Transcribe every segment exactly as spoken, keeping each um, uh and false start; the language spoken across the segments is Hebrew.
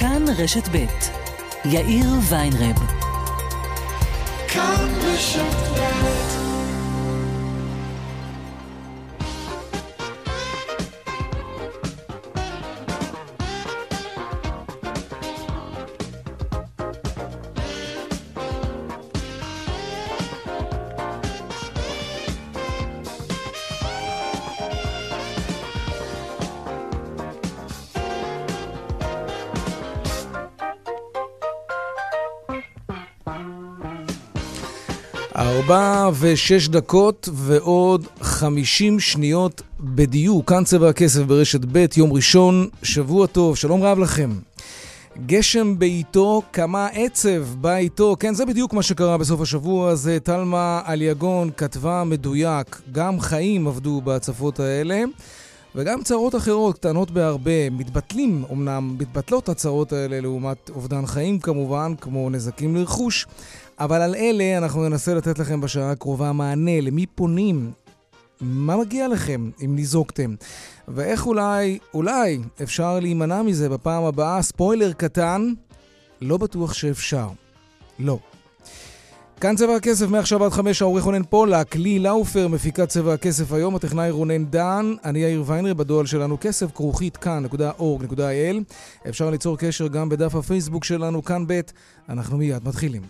כאן רשת ב' יאיר ויינרב. כאן רשת ב'. ארבע ושש דקות ועוד חמישים שניות בדיוק. כאן צבע הכסף ברשת ב', יום ראשון, שבוע טוב, שלום רב לכם. גשם בעיתו, כמה עצב בעיתו, כן, זה בדיוק מה שקרה בסוף השבוע הזה. תלמה אליגון כתבה מדויק, גם חיים עבדו בהצפות האלה, וגם צרות אחרות קטנות בהרבה. מתבטלים, אמנם מתבטלות הצרות האלה לעומת אובדן חיים כמובן, כמו נזקים לרכוש, אבל על אלה אנחנו ננסה לתת לכם בשעה הקרובה מענה. למי פונים? מה מגיע לכם אם ניזוקתם? ואיך אולי, אולי אפשר להימנע מזה בפעם הבאה? ספוילר קטן, לא בטוח שאפשר. לא. כאן צבע הכסף, מעכשיו עד חמש, העורך רונן פולק, לי לאופר, מפיקת צבע הכסף היום, הטכנאי רונן דן, אני יאיר ויינרב, בדואל שלנו כסף, כרוכית כאן נקודה אורג נקודה איי אל. אפשר ליצור קשר גם בדף הפייסבוק שלנו, כאן ב'. אנחנו מיד מתחילים.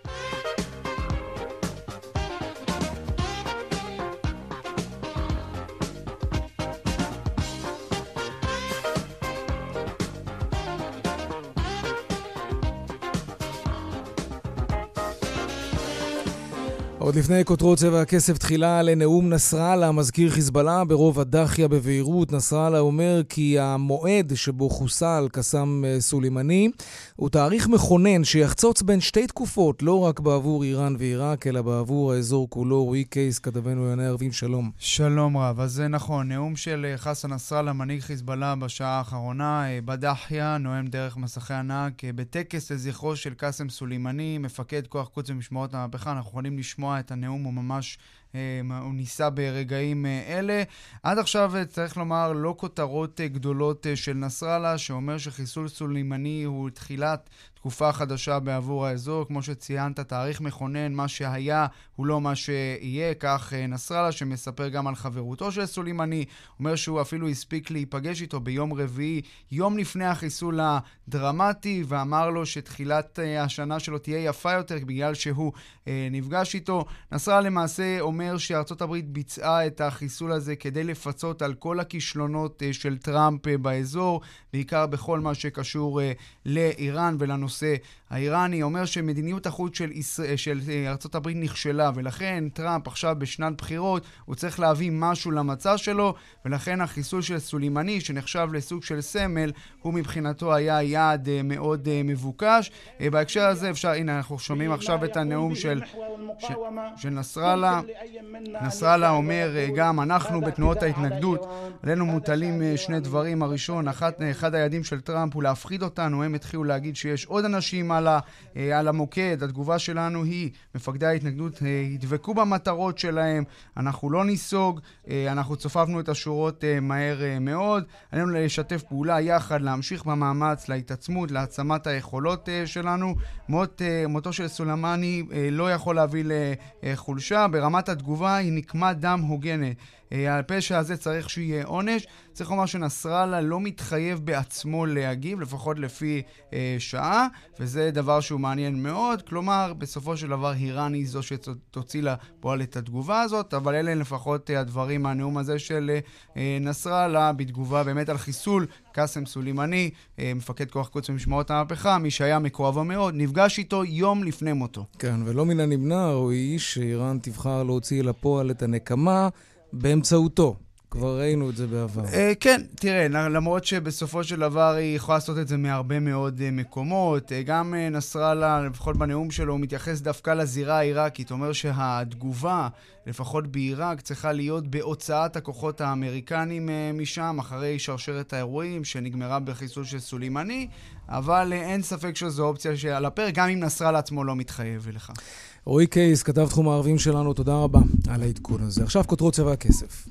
עוד לפני כותרות צבע הכסף, תחילה לנאום נסראללה, מזכיר חיזבאללה ברוב הדחיה בביירות. נסראללה אומר כי המועד שבו חוסל קסם סולימני הוא תאריך מכונן שיחצוץ בין שתי תקופות, לא רק בעבור איראן ועיראק, אלא בעבור האזור כולו. רועי קייס, כתבנו יוני ערבים, שלום. שלום רב, אז זה נכון, נאום של חסן נסראללה, מנהיג חיזבאללה בשעה האחרונה בדחיה, נואם דרך מסכי ענק בטקס לזכרו של קסם סולימני, מפקד כוח קודס ומשמרות המהפכה. אנחנו יכולים לשמוע את הנאום, הוא ממש, הוא ניסה ברגעים אלה. עד עכשיו צריך לומר לא כותרות גדולות של נסראללה, שאומר שחיסול סולימני הוא תחילת תקופה חדשה בעבור האזור. כמו שציינת, תאריך מכונן, מה שהיה הוא לא מה שיהיה. כך נסראללה, שמספר גם על חברותו של סולימני, אומר שהוא אפילו הספיק להיפגש איתו ביום רביעי, יום לפני החיסול הדרמטי, ואמר לו שתחילת השנה שלו תהיה יפה יותר בגלל שהוא נפגש איתו. נסראללה למעשה אומר שארצות הברית ביצעה את החיסול הזה כדי לפצות על כל הכישלונות של טראמפ באזור, בעיקר בכל מה שקשור לאיראן ולנושא האיראני. אומר שמדיניות החוץ של, ישראל, של ארצות הברית נכשלה, ולכן טראמפ עכשיו בשנת בחירות הוא צריך להביא משהו למצע שלו, ולכן החיסול של סולימני, שנחשב לסוג של סמל, הוא מבחינתו היה יעד מאוד מבוקש. בהקשר הזה אפשר, הנה אנחנו שומעים עכשיו את הנאום של, ש, של נסראללה. נסראללה אומר גם, אנחנו בתנועות ההתנגדות, עלינו מוטלים שני דברים. הראשון, אחת, אחד היעדים של טראמפ הוא להפחיד אותנו. הם התחילו להגיד שיש עוד אנשים על, ה, על המוקד. התגובה שלנו היא, מפקדי ההתנגדות ידבקו במטרות שלהם, אנחנו לא ניסוג, אנחנו צופפנו את השורות מהר מאוד, עלינו לשתף פעולה יחד, להמשיך במאמץ, להתעצמות, להעצמת היכולות שלנו. מות, מותו של סולימני לא יכול להביא לחולשה. ברמת התגובה היא נקמת דם הוגנת. הפשע הזה צריך שיהיה עונש. צריך לומר שנסראללה לא מתחייב בעצמו להגיב, לפחות לפי אה, שעה, וזה דבר שהוא מעניין מאוד. כלומר, בסופו של דבר איראן היא זו שתוציא לפועל את התגובה הזאת, אבל אלה לפחות אה, הדברים מהנאום הזה של אה, נסראללה, בתגובה באמת על חיסול קסם סולימני, אה, מפקד כוח קודס ומשמרות המהפכה, מי שהיה מקורבו מאוד, נפגש איתו יום לפני מותו. כן, ולא מן הנמנע הוא איש שאיראן תבחר להוציא לפועל את הנקמה באמצעותו. כבר ראינו את זה בעבר. כן, תראה, למרות שבסופו של דבר היא יכולה לעשות את זה מהרבה מאוד מקומות. גם נסראללה, לפחות בנאום שלו, הוא מתייחס דווקא לזירה העיראקית. הוא אומר שהתגובה, לפחות בעיראק, צריכה להיות בהוצאת הכוחות האמריקנים משם, אחרי שרשרת האירועים שנגמרה בחיסול של סולימני, אבל אין ספק שזו אופציה שעל הפרק, גם אם נסראללה עצמו לא מתחייב לך. רועי קייס, כתב תחום הערבים שלנו, תודה רבה על העדכון הזה. עכשיו כותרות צבע הכסף.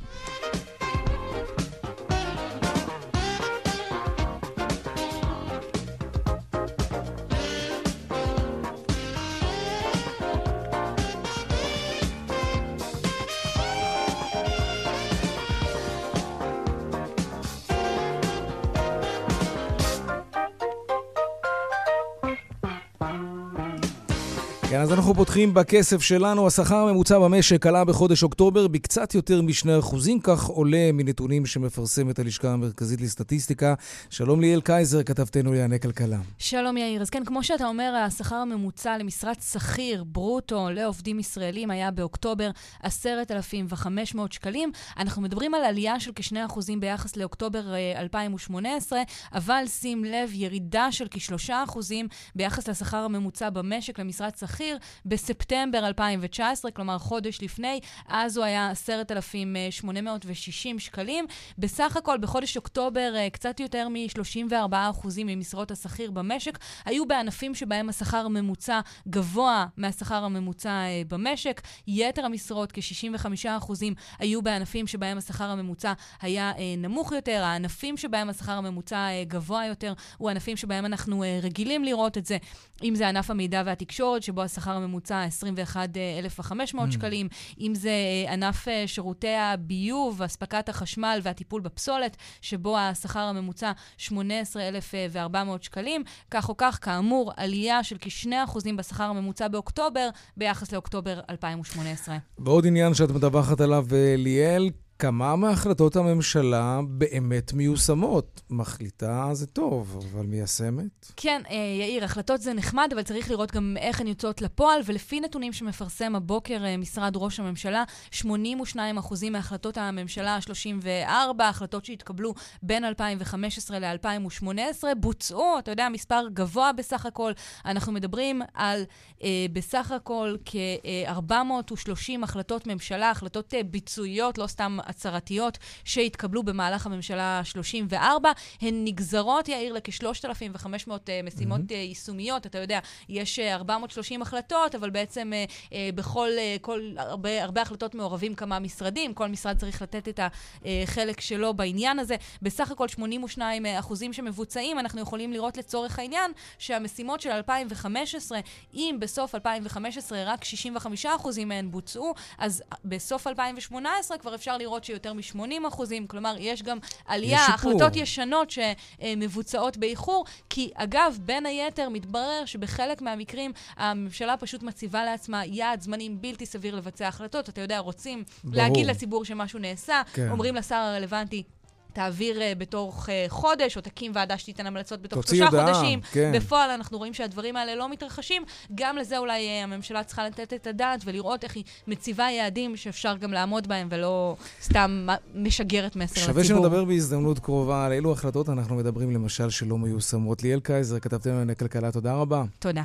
כן, אז אנחנו פותחים בכסף שלנו. השכר הממוצע במשק עלה בחודש אוקטובר בקצת יותר משני אחוזים, כך עולה מנתונים שמפרסמת הלשכה המרכזית לסטטיסטיקה. שלום ליאל קייזר, כתבתנו לענייני כלכלה. שלום יאיר. אז כן, כמו שאתה אומר, השכר הממוצע למשרת שכיר ברוטו לעובדים ישראלים היה באוקטובר עשרת אלפים וחמש מאות שקלים. אנחנו מדברים על עלייה של כשני אחוזים ביחס לאוקטובר אלפיים ושמונה עשרה, אבל שים לב, ירידה של כשלושה אחוזים ביחס לשכר הממוצע במשק למשרת שכיר בספטמבר אלפיים תשע עשרה, כלומר חודש לפני, אז הוא היה עשרת אלפים שמונה מאות ושישים שקלים. בסך הכל בחודש אוקטובר קצת יותר מ-שלושים וארבעה אחוזים ממשרות השכיר במשק היו בענפים שבהם השכר הממוצע גבוה מהשכר הממוצע במשק. יתר המשרות, כ-שישים וחמישה אחוזים, היו בענפים שבהם השכר הממוצע היה נמוך יותר. הענפים שבהם השכר הממוצע גבוה יותר הוא ענפים שבהם אנחנו רגילים לראות את זה. אם זה ענף המידע והתקשורת, שבו השכר הממוצע עשרים ואחד אלף וחמש מאות שקלים, אם זה ענף שירותי הביוב, הספקת החשמל והטיפול בפסולת, שבו השכר הממוצע שמונה עשר אלף וארבע מאות שקלים. כך או כך, כאמור, עלייה של כשני אחוזים בשכר הממוצע באוקטובר, ביחס לאוקטובר אלפיים ושמונה עשרה. ועוד עניין שאת מדווחת עליו, ליאל, כמה מהחלטות הממשלה באמת מיושמות? מחליטה זה טוב, אבל מיישמת? כן, יאיר, החלטות זה נחמד, אבל צריך לראות גם איך הן יוצאות לפועל, ולפי נתונים שמפרסם הבוקר משרד ראש הממשלה, שמונים ושניים אחוזים מהחלטות הממשלה, שלושים וארבע החלטות שהתקבלו בין אלפיים וחמש עשרה ל-אלפיים ושמונה עשרה, בוצעו, אתה יודע, מספר גבוה בסך הכל. אנחנו מדברים על אה, בסך הכל כ-ארבע מאות ושלושים החלטות ממשלה, החלטות אה, ביצועיות, לא סתם הצהרתיות, שהתקבלו במהלך הממשלה שלושים וארבע. הן נגזרות, יאיר, לכ-שלושת אלפים וחמש מאות uh, משימות mm-hmm. uh, יישומיות. אתה יודע, יש uh, ארבע מאות ושלושים החלטות, אבל בעצם uh, uh, בכל, uh, כל, הרבה, הרבה החלטות מעורבים כמה משרדים. כל משרד צריך לתת את החלק שלו בעניין הזה. בסך הכל שמונים ושניים אחוזים שמבוצעים. אנחנו יכולים לראות לצורך העניין שהמשימות של אלפיים וחמש עשרה, אם בסוף אלפיים וחמש עשרה רק שישים וחמישה אחוזים מהן בוצעו, אז בסוף אלפיים ושמונה עשרה כבר אפשר לראות שיותר מ-שמונים אחוזים. כלומר, יש גם עלייה, יש החלטות ישנות שמבוצעות באיחור, כי אגב, בין היתר מתברר שבחלק מהמקרים הממשלה פשוט מציבה לעצמה יעד זמנים בלתי סביר לבצע החלטות. אתה יודע, רוצים ברור. להגיד לציבור שמשהו נעשה, כן. אומרים לשר הרלוונטי, תעביר uh, בתוך uh, חודש, או תקים ועדה שתיתן המלצות בתוך שלושה חודשים. כן. בפועל אנחנו רואים שהדברים האלה לא מתרחשים. גם לזה אולי uh, הממשלה צריכה לתת את הדעת, ולראות איך היא מציבה יעדים שאפשר גם לעמוד בהם, ולא סתם משגרת מסר לציבור. שווה שנדבר בהזדמנות קרובה על אילו החלטות אנחנו מדברים, למשל, שלא מיושמות. ליאל קייזר, כתבתם לענייני כלכלה, תודה רבה. תודה.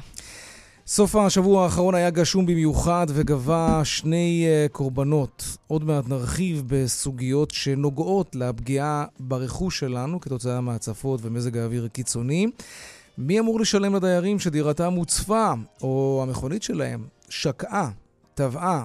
סוף השבוע האחרון היה גשום במיוחד וגבה שני uh, קורבנות. עוד מעט נרחיב בסוגיות שנוגעות לפגיעה ברכוש שלנו כתוצאה מהצפות ומזג האוויר הקיצוני. מי אמור לשלם לדיירים שדירתם מוצפה או המכונית שלהם שקעה, טבעה?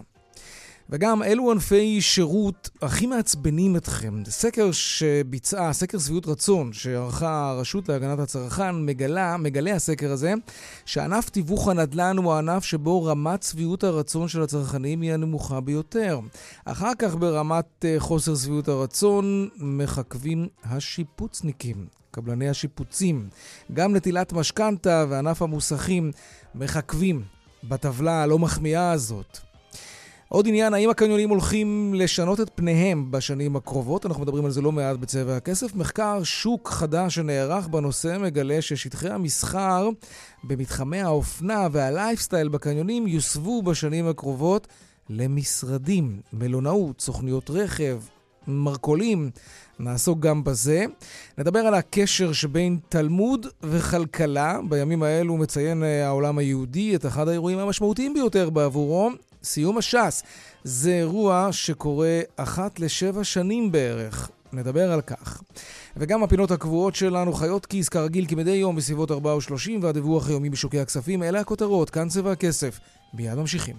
וגם אלו ענפי שירות הכי מעצבנים אתכם. סקר שביצעה, סקר שביעות רצון שערכה הרשות להגנת הצרכן, מגלה, מגלה הסקר הזה, שענף תיווך הנדל"ן הוא הענף שבו רמת שביעות הרצון של הצרכנים היא הנמוכה ביותר. אחר כך ברמת חוסר שביעות הרצון מחכבים השיפוצניקים, קבלני השיפוצים. גם נטילת משכנתה וענף המוסכים מחכבים בטבלה הלא מחמיאה הזאת. עוד עניין, האם הקניונים הולכים לשנות את פניהם בשנים הקרובות? אנחנו מדברים על זה לא מעט בצבע הכסף. מחקר שוק חדש שנערך בנושא מגלה ששטחי המסחר במתחמי האופנה והלייפסטייל בקניונים יוסבו בשנים הקרובות למשרדים, מלונאות, סוכניות רכב, מרכולים. נעסוק גם בזה. נדבר על הקשר שבין תלמוד וכלכלה. בימים האלו מציין העולם היהודי את אחד האירועים המשמעותיים ביותר בעבורו, סיום הש"ס. זה אירוע שקורה אחת לשבע שנים בערך. נדבר על כך. וגם הפינות הקבועות שלנו חיות כיס כרגיל כמדי יום בסביבות ארבע ושלושים, והדיווח היומי בשוקי הכספים. אלה הכותרות, כאן צבע הכסף. ביד ממשיכים.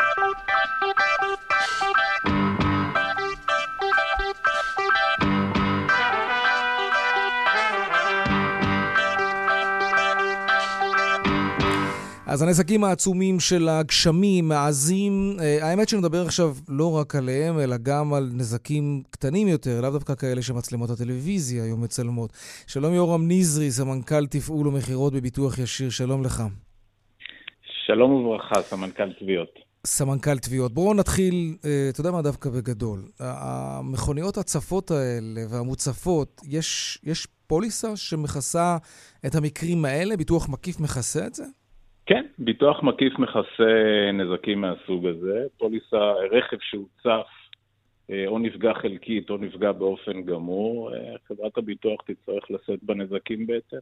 אז הנזקים העצומים של הגשמים, מעזים, האמת שנדבר עכשיו לא רק עליהם, אלא גם על נזקים קטנים יותר, לאו דווקא כאלה שמצלמות הטלוויזיה היום מצלמות. שלום יורם נזרי, סמנכ"ל תפעול ומחירות בביטוח ישיר, שלום לך. שלום וברכה, סמנכ"ל תביעות. סמנכ"ל תביעות. בואו נתחיל, אתה יודע מה דווקא בגדול. המכוניות הצפות האלה והמוצפות, יש, יש פוליסה שמכסה את המקרים האלה? ביטוח מקיף מכסה את זה? כן, ביטוח מקיף מכסה נזקים מהסוג הזה. פוליסה, רכב שהוצף, או נפגע חלקית או נפגע באופן גמור, חברת הביטוח תצטרך לשאת בנזקים בהתאם.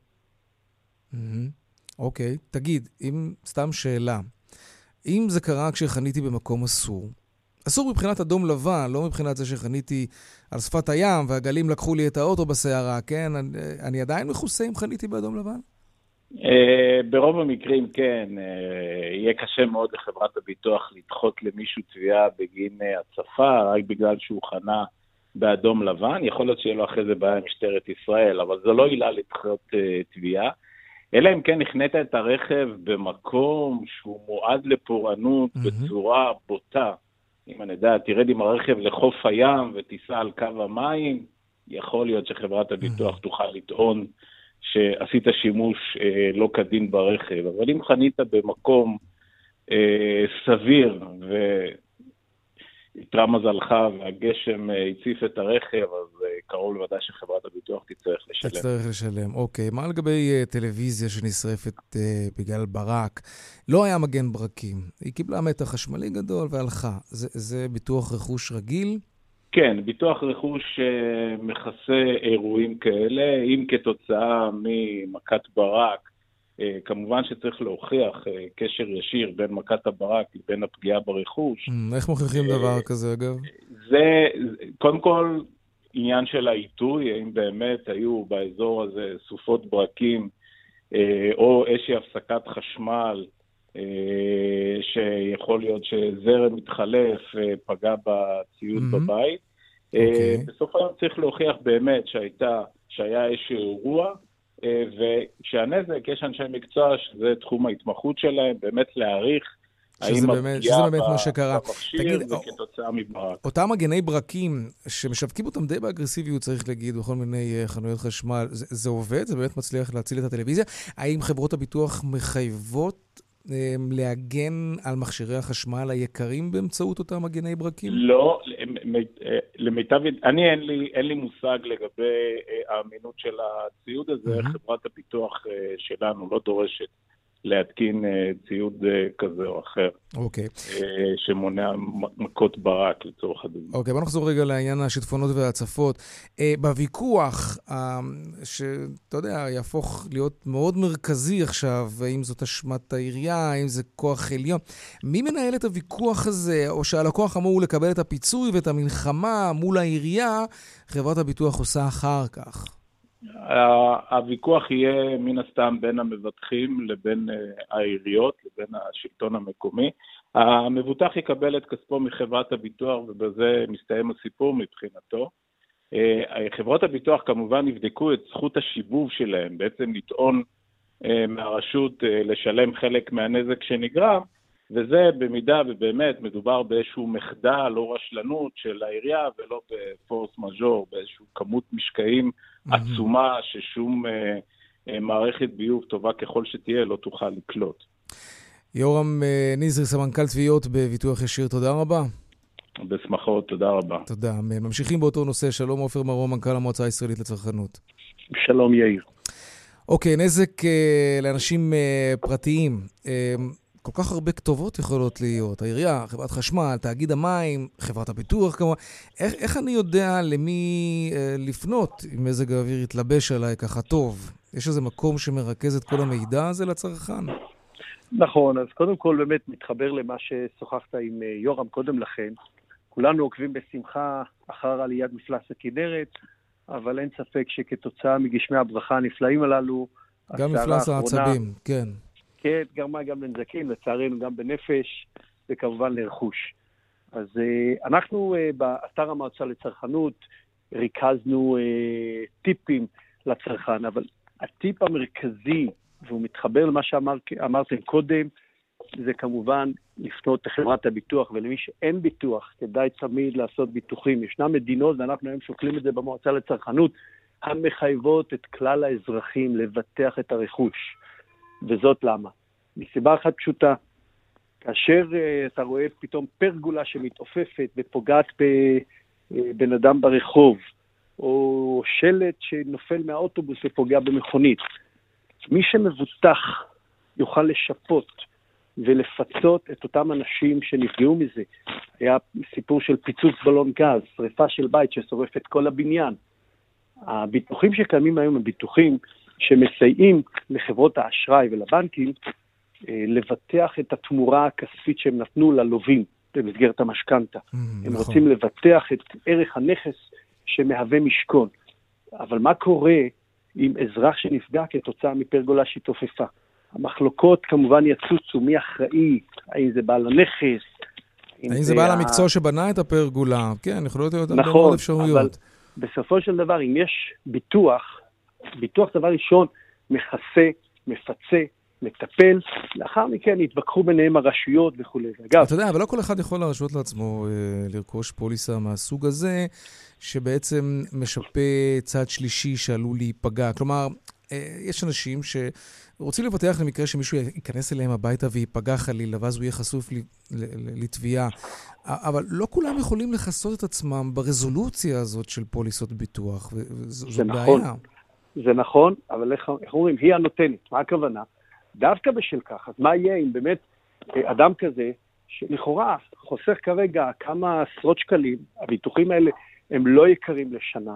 אוקיי, תגיד, אם סתם שאלה, אם זה קרה כשחניתי במקום אסור, אסור מבחינת אדום לבן, לא מבחינת זה שחניתי על שפת הים והגלים לקחו לי את האוטו בסערה, כן? אני, אני עדיין מכוסה אם חניתי באדום לבן? ברוב המקרים כן, יהיה קשה מאוד לחברת הביטוח לדחות למישהו תביעה בגין הצפה, רק בגלל שהוא חנה באדום לבן. יכול להיות שיהיה לו אחרי זה בעיה עם משטרת ישראל, אבל זו לא עילה לדחות תביעה. אלא אם כן הכנית את הרכב במקום שהוא מועד לפורענות בצורה בוטה. אם אני יודע, תרד עם הרכב לחוף הים ותיסע על קו המים, יכול להיות שחברת הביטוח תוכל לטעון שעשית שימוש אה, לא כדין ברכב. אבל אם חנית במקום אה, סביר ויתרה מזלך והגשם אה, הציף את הרכב, אז אה, קרוב לוודאי שחברת הביטוח תצטרך לשלם. תצטרך לשלם, אוקיי. מה לגבי אה, טלוויזיה שנשרפת אה, בגלל ברק? לא היה מגן ברקים. היא קיבלה מתח חשמלי גדול והלכה. זה, זה ביטוח רכוש רגיל? כן, ביטוח רכוש מכסה אירועים כאלה, אם כתוצאה ממכת ברק, כמובן שצריך להוכיח קשר ישיר בין מכת הברק לבין הפגיעה ברכוש. איך מוכיחים דבר כזה, אגב? זה, קודם כל, עניין של העיתוי, האם באמת היו באזור הזה סופות ברקים, או איזושהי הפסקת חשמל, שיכול להיות שזרם מתחלף, פגע בציוד mm-hmm. בבית. Okay. בסוף היום צריך להוכיח באמת שהייתה, שהיה איזשהו אירוע, וכשהנזק, יש אנשי מקצוע שזה תחום ההתמחות שלהם, באמת להעריך האם הפגיעה במכשיר וכתוצאה מברק. אותם מגני ברקים שמשווקים אותם די באגרסיביות, צריך להגיד, בכל מיני חנויות חשמל, זה, זה עובד? זה באמת מצליח להציל את הטלוויזיה? האם חברות הביטוח מחייבות להגן על מכשירי החשמל היקרים באמצעות אותם מגני ברקים? לא, למיטב, אני אין לי, אין לי מושג לגבי האמינות של הציוד הזה. Mm-hmm. חברת הפיתוח שלנו לא דורשת להתקין ציוד כזה או אחר. אוקיי. Okay. שמונע מכות ברק לצורך הדוגמה. אוקיי, okay, בוא נחזור רגע לעניין השיטפונות וההצפות. בוויכוח, שאתה יודע, יהפוך להיות מאוד מרכזי עכשיו, האם זאת אשמת העירייה, האם זה כוח עליון. מי מנהל את הוויכוח הזה, או שהלקוח אמור לקבל את הפיצוי ואת המלחמה מול העירייה, חברת הביטוח עושה אחר כך? הוויכוח יהיה מן הסתם בין המבטחים לבין העיריות, לבין השלטון המקומי. המבוטח יקבל את כספו מחברת הביטוח, ובזה מסתיים הסיפור מבחינתו. חברות הביטוח כמובן יבדקו את זכות השיבוב שלהם, בעצם לטעון מהרשות לשלם חלק מהנזק שנגרם, וזה במידה ובאמת מדובר באיזשהו מחדל או רשלנות של העירייה, ולא בפורס מז'ור, באיזשהו כמות משקעים עצומה ששום אה, אה, מערכת ביוב טובה ככל שתהיה לא תוכל לקלוט. יורם אה, ניזרי, סמנכ"ל תביעות בביטוח ישיר, תודה רבה. בשמחות, תודה רבה. תודה. ממשיכים באותו נושא. שלום עופר מרום, מנכ"ל המועצה הישראלית לצרכנות. שלום יאיר. אוקיי, נזק אה, לאנשים אה, פרטיים. אה, כל כך הרבה כתובות יכולות להיות. העירייה, חברת חשמל, תאגיד המים, חברת הביטוח כמובן. איך, איך אני יודע למי אה, לפנות אם מזג האוויר יתלבש עליי ככה טוב? יש איזה מקום שמרכז את כל המידע הזה לצרכן? נכון, אז קודם כל באמת מתחבר למה ששוחחת עם יורם קודם לכן. כולנו עוקבים בשמחה אחר עליית מפלס הכנרת, אבל אין ספק שכתוצאה מגשמי הברכה הנפלאים הללו, גם מפלס העצבים, כן. כן, גרמה גם לנזקים, לצערנו גם בנפש, וכמובן לרכוש. אז אנחנו באתר המועצה לצרכנות ריכזנו טיפים לצרכן, אבל הטיפ המרכזי, והוא מתחבר למה שאמרתם קודם, זה כמובן לפנות לחברת הביטוח, ולמי שאין ביטוח, כדאי תמיד לעשות ביטוחים. ישנן מדינות, ואנחנו היום שוקלים את זה במועצה לצרכנות, המחייבות את כלל האזרחים לבטח את הרכוש. וזאת למה? מסיבה אחת פשוטה, כאשר uh, אתה רואה פתאום פרגולה שמתעופפת ופוגעת בבן אדם ברחוב, או שלט שנופל מהאוטובוס ופוגע במכונית, מי שמבוטח יוכל לשפות ולפצות את אותם אנשים שנפגעו מזה. היה סיפור של פיצוץ בלון גז, שריפה של בית ששורף את כל הבניין. הביטוחים שקיימים היום הם ביטוחים שמסייעים לחברות האשראי ולבנקים לבטח את התמורה הכספית שהם נתנו ללווים במסגרת המשכנתה. Mm, הם נכון. רוצים לבטח את ערך הנכס שמהווה משכון. אבל מה קורה עם אזרח שנפגע כתוצאה מפרגולה שהתעופפה? המחלוקות כמובן יצוצו מי אחראי, האם זה בעל הנכס, האם זה בעל המקצוע שבנה את הפרגולה, כן, יכולות להיות הרבה מאוד אפשרויות. אבל בסופו של דבר, אם יש ביטוח, ביטוח דבר ראשון מכסה, מפצה, מטפל, לאחר מכן יתווכחו ביניהם הרשויות וכו'. אגב, אתה יודע, אבל לא כל אחד יכול להרשות לעצמו לרכוש פוליסה מהסוג הזה, שבעצם משפה צד שלישי שעלול להיפגע. כלומר, יש אנשים שרוצים לבטח למקרה שמישהו ייכנס אליהם הביתה ויפגע חלילה, ואז הוא יהיה חשוף לתביעה. אבל לא כולם יכולים לחסות את עצמם ברזולוציה הזאת של פוליסות ביטוח, וזו בעיה. זה נכון, אבל איך אומרים, היא הנותנת. מה הכוונה? דווקא בשל כך, אז מה יהיה אם באמת אדם כזה, שלכאורה חוסך כרגע כמה עשרות שקלים, הביטוחים האלה הם לא יקרים לשנה,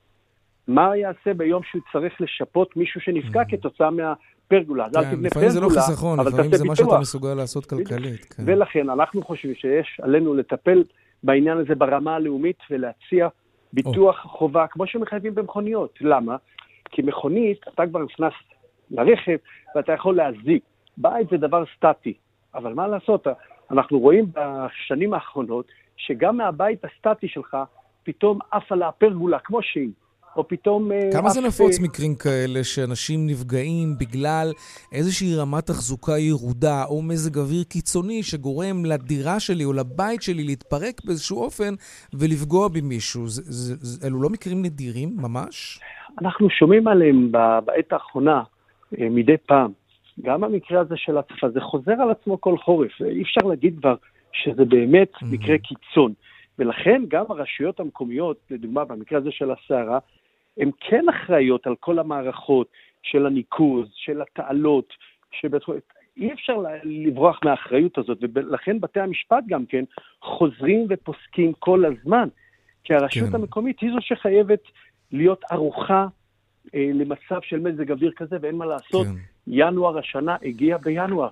מה יעשה ביום שהוא צריך לשפות מישהו שנפגע כתוצאה מהפרגולה? אז אל תבנה לפעמים זה לא פרגולה, חיסכון, אבל לפעמים תעשה זה מה ביטוח. שאתה מסוגל לעשות כלכלית. כן. ולכן אנחנו חושבים שיש עלינו לטפל בעניין הזה ברמה הלאומית ולהציע ביטוח או. חובה, כמו שמחייבים במכוניות. למה? כי מכונית, אתה כבר נכנס לרכב ואתה יכול להזיק. בית זה דבר סטטי, אבל מה לעשות? אנחנו רואים בשנים האחרונות שגם מהבית הסטטי שלך פתאום עף על הפרגולה כמו שהיא. או פתאום... כמה זה נפוץ מקרים כאלה שאנשים נפגעים בגלל איזושהי רמת תחזוקה ירודה או מזג אוויר קיצוני שגורם לדירה שלי או לבית שלי להתפרק באיזשהו אופן ולפגוע במישהו? זה, זה, זה, אלו לא מקרים נדירים ממש? אנחנו שומעים עליהם בעת האחרונה מדי פעם. גם המקרה הזה של הצפה, זה חוזר על עצמו כל חורף. אי אפשר להגיד כבר שזה באמת מקרה קיצון. ולכן גם הרשויות המקומיות, לדוגמה במקרה הזה של הסערה, הן כן אחראיות על כל המערכות של הניקוז, של התעלות, שבתחום... אי אפשר לברוח מהאחריות הזאת, ולכן בתי המשפט גם כן חוזרים ופוסקים כל הזמן, כי הרשות כן. המקומית היא זו שחייבת להיות ערוכה אה, למצב של מזג אוויר כזה, ואין מה לעשות, כן. ינואר השנה הגיע בינואר,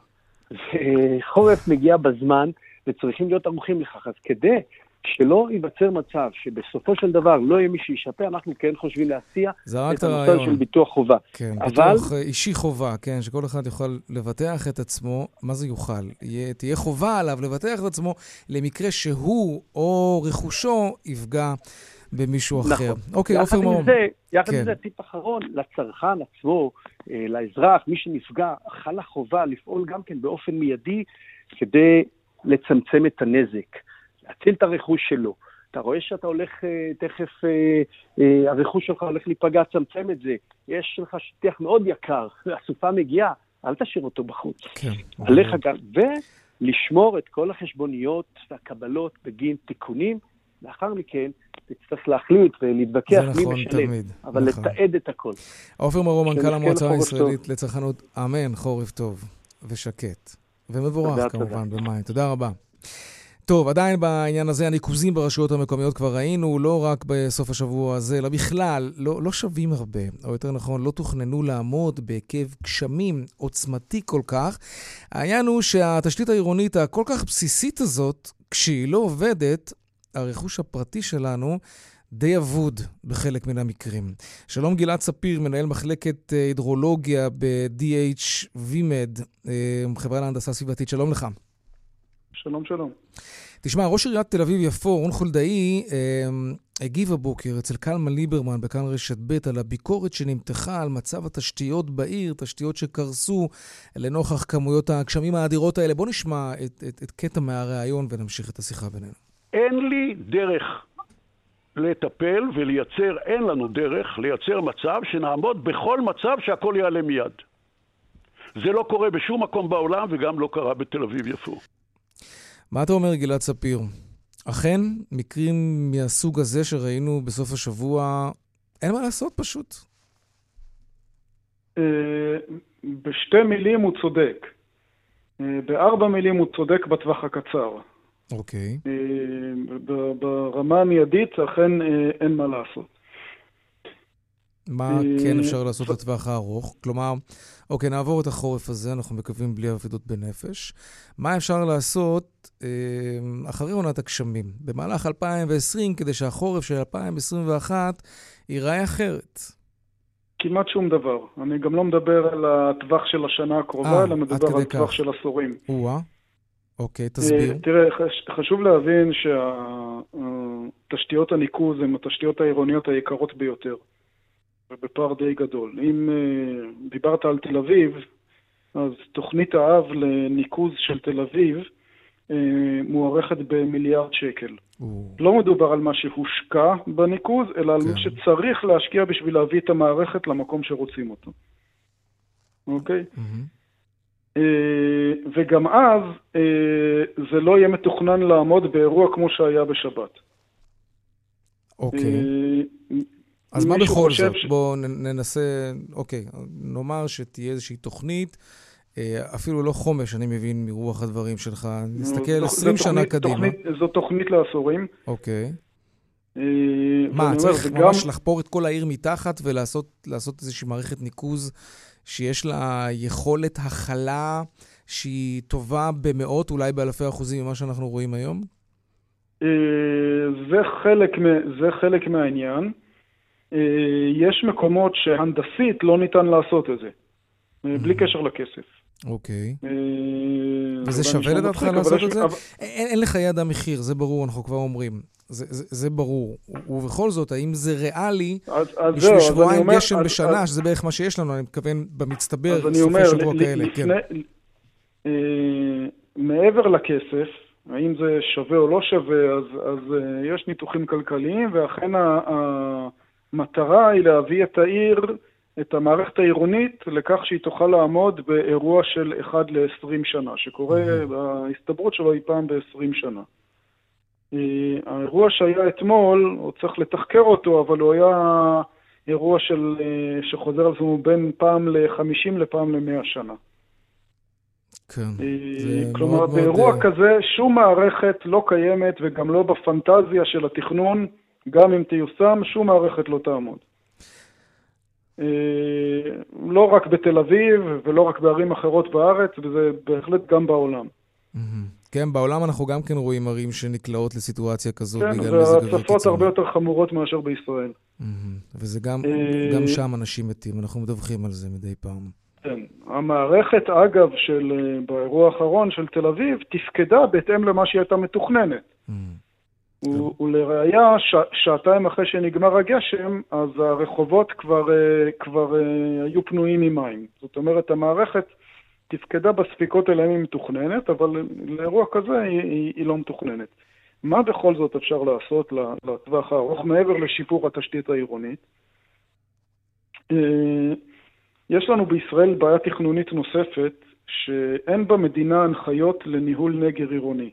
וחורף מגיע בזמן, וצריכים להיות ערוכים לכך, אז כדי... שלא ייווצר מצב שבסופו של דבר לא יהיה מי שישפה, אנחנו כן חושבים להציע את הנושא של ביטוח חובה. כן, אבל... ביטוח אישי חובה, כן, שכל אחד יוכל לבטח את עצמו, מה זה יוכל? יהיה, תהיה חובה עליו לבטח את עצמו למקרה שהוא או רכושו יפגע במישהו נכון. אחר. אוקיי, עופר מרום. יחד עם זה, טיפ אחרון, לצרכן עצמו, לאזרח, מי שנפגע, חלה חובה לפעול גם כן באופן מיידי כדי לצמצם את הנזק. להציל את הרכוש שלו. אתה רואה שאתה הולך, תכף, הרכוש שלך הולך להיפגע, צמצם את זה. יש לך שטיח מאוד יקר, הסופה מגיעה, אל תשאיר אותו בחוץ. כן. עליך גם, ולשמור את כל החשבוניות והקבלות בגין תיקונים, לאחר מכן תצטרך להחליט ולהתווכח מי משלם, אבל לתעד את הכל. עופר מרום, מנכ"ל המועצה הישראלית לצרכנות, אמן, חורף טוב ושקט. ומבורך כמובן במאי. תודה רבה. טוב, עדיין בעניין הזה הניקוזים ברשויות המקומיות כבר ראינו, לא רק בסוף השבוע הזה, אלא בכלל, לא, לא שווים הרבה, או יותר נכון, לא תוכננו לעמוד בהיקף גשמים עוצמתי כל כך. העניין הוא שהתשתית העירונית הכל כך בסיסית הזאת, כשהיא לא עובדת, הרכוש הפרטי שלנו די אבוד בחלק מן המקרים. שלום גלעד ספיר, מנהל מחלקת הידרולוגיה ב-די אייץ' וימד, חברה להנדסה סביבתית. שלום לך. שלום, שלום. תשמע, ראש עיריית תל אביב-יפו, רון חולדאי, אה, הגיב הבוקר אצל קלמן ליברמן בכאן רשת ב' על הביקורת שנמתחה על מצב התשתיות בעיר, תשתיות שקרסו לנוכח כמויות הגשמים האדירות האלה. בוא נשמע את, את, את קטע מהראיון ונמשיך את השיחה בינינו. אין לי דרך לטפל ולייצר, אין לנו דרך לייצר מצב שנעמוד בכל מצב שהכל יעלה מיד. זה לא קורה בשום מקום בעולם וגם לא קרה בתל אביב-יפו. מה אתה אומר, גלעד ספיר? אכן, מקרים מהסוג הזה שראינו בסוף השבוע, אין מה לעשות פשוט. בשתי מילים הוא צודק. בארבע מילים הוא צודק בטווח הקצר. אוקיי. ברמה המיידית, אכן אין מה לעשות. מה כן אפשר לעשות לטווח הארוך? כלומר, אוקיי, נעבור את החורף הזה, אנחנו מקווים בלי אבדות בנפש. מה אפשר לעשות אה, אחרי עונת הגשמים, במהלך אלפיים ועשרים, כדי שהחורף של אלפיים עשרים ואחת ייראה אחרת? כמעט שום דבר. אני גם לא מדבר על הטווח של השנה הקרובה, אלא מדבר על טווח של עשורים. וואה, אוקיי, תסביר. תראה, חשוב להבין שהתשתיות הניקוז הן התשתיות העירוניות היקרות ביותר. ובפער די גדול. אם uh, דיברת על תל אביב, אז תוכנית האב לניקוז של תל אביב uh, מוערכת במיליארד שקל. Ooh. לא מדובר על מה שהושקע בניקוז, אלא על מה שצריך להשקיע בשביל להביא את המערכת למקום שרוצים אותו. אוקיי? Okay? Mm-hmm. Uh, וגם אז uh, זה לא יהיה מתוכנן לעמוד באירוע כמו שהיה בשבת. אוקיי. Okay. Uh, אז מה בכל זאת? ש... בואו ננסה, אוקיי, נאמר שתהיה איזושהי תוכנית, אפילו לא חומש, אני מבין מרוח הדברים שלך, נסתכל עשרים שנה קדימה. תוכנית, זו תוכנית לעשורים. אוקיי. מה, צריך ממש לחפור את כל העיר מתחת ולעשות איזושהי מערכת ניקוז שיש לה יכולת הכלה שהיא טובה במאות, אולי באלפי אחוזים ממה שאנחנו רואים היום? זה חלק, זה חלק מהעניין. יש מקומות שהנדסית לא ניתן לעשות את זה, בלי קשר לכסף. אוקיי. וזה שווה לדעתך לעשות את זה? אין לחיי אדם מחיר, זה ברור, אנחנו כבר אומרים. זה ברור. ובכל זאת, האם זה ריאלי בשביל שבועיים גשם בשנה, שזה בערך מה שיש לנו, אני מתכוון במצטבר, סופי שבוע כאלה. מעבר לכסף, האם זה שווה או לא שווה, אז יש ניתוחים כלכליים, ואכן המטרה היא להביא את העיר, את המערכת העירונית, לכך שהיא תוכל לעמוד באירוע של אחד ל-עשרים שנה, שקורה, ההסתברות שלו היא פעם ב-עשרים שנה. האירוע שהיה אתמול, הוא צריך לתחקר אותו, אבל הוא היה אירוע של, שחוזר על עצמו בין פעם ל-חמישים לפעם ל-מאה שנה. כן. כלומר, באירוע כזה שום מערכת לא קיימת, וגם לא בפנטזיה של התכנון, גם אם תיושם, שום מערכת לא תעמוד. לא רק בתל אביב, ולא רק בערים אחרות בארץ, וזה בהחלט גם בעולם. כן, בעולם אנחנו גם כן רואים ערים שנקלעות לסיטואציה כזאת. כן, והצפות הרבה יותר חמורות מאשר בישראל. וזה גם שם אנשים מתים, אנחנו מדווחים על זה מדי פעם. כן, המערכת אגב של, באירוע האחרון של תל אביב, תפקדה בהתאם למה שהיא הייתה מתוכננת. ולראיה, שעתיים אחרי שנגמר הגשם, אז הרחובות כבר, כבר היו פנויים ממים. זאת אומרת, המערכת תפקדה בספיקות אליהם היא מתוכננת, אבל לאירוע כזה היא, היא, היא לא מתוכננת. מה בכל זאת אפשר לעשות לטווח הארוך, מעבר לשיפור התשתית העירונית? יש לנו בישראל בעיה תכנונית נוספת, שאין במדינה הנחיות לניהול נגר עירוני.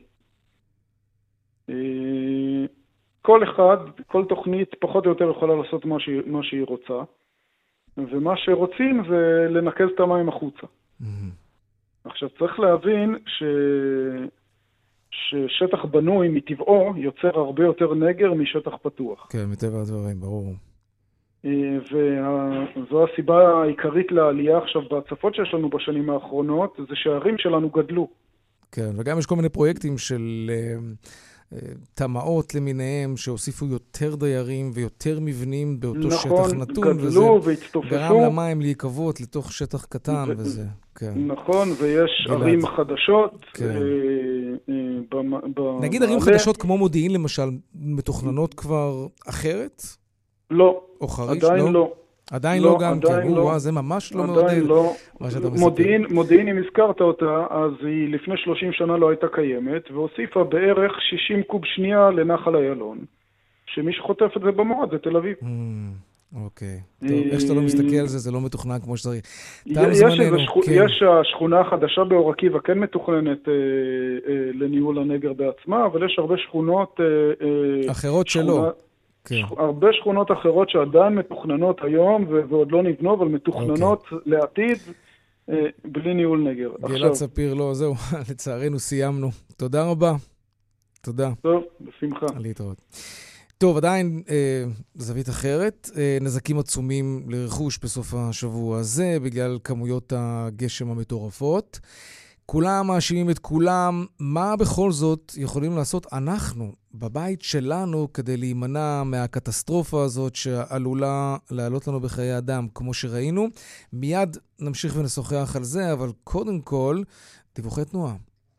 כל אחד, כל תוכנית פחות או יותר יכולה לעשות מה שהיא, מה שהיא רוצה, ומה שרוצים זה לנקז את המים החוצה. עכשיו צריך להבין ש... ששטח בנוי מטבעו יוצר הרבה יותר נגר משטח פתוח. כן, מטבע הדברים, ברור. וזו הסיבה העיקרית לעלייה עכשיו בהצפות שיש לנו בשנים האחרונות, זה שהערים שלנו גדלו. כן, וגם יש כל מיני פרויקטים של תמ"אות למיניהם, שהוסיפו יותר דיירים ויותר מבנים באותו נכון, שטח נתון. נכון, גדלו והצטופפו. גרם למים להיקוות לתוך שטח קטן ו... וזה. כן. נכון, ויש גלעד. ערים חדשות. כן. אה, אה, במ... נגיד ערים חדשות כמו מודיעין למשל, מתוכננות כבר אחרת? לא, או חריש, עדיין לא. לא. עדיין לא, לא גם כן, לא. וואו, זה ממש לא מעודד. לא. מודיעין, מודיעין, אם הזכרת אותה, אז היא לפני שלושים שנה לא הייתה קיימת, והוסיפה בערך שישים קוב שנייה לנחל איילון, שמי שחוטף את זה במורד זה תל אביב. אוקיי. טוב, איך שאתה לא מסתכל על זה, זה לא מתוכנן כמו שצריך. יש השכונה החדשה באור עקיבא, כן מתוכננת לניהול הנגר בעצמה, אבל יש הרבה שכונות... אחרות שלא. הרבה שכונות אחרות שעדיין מתוכננות היום, ועוד לא נבנו, אבל מתוכננות לעתיד בלי ניהול נגר. גלעד ספיר, לא, זהו, לצערנו סיימנו. תודה רבה. תודה. טוב, בשמחה. להתראות. טוב, עדיין אה, זווית אחרת, אה, נזקים עצומים לרכוש בסוף השבוע הזה, בגלל כמויות הגשם המטורפות. כולם מאשימים את כולם, מה בכל זאת יכולים לעשות אנחנו, בבית שלנו, כדי להימנע מהקטסטרופה הזאת שעלולה לעלות לנו בחיי אדם, כמו שראינו. מיד נמשיך ונשוחח על זה, אבל קודם כל, דיווחי תנועה.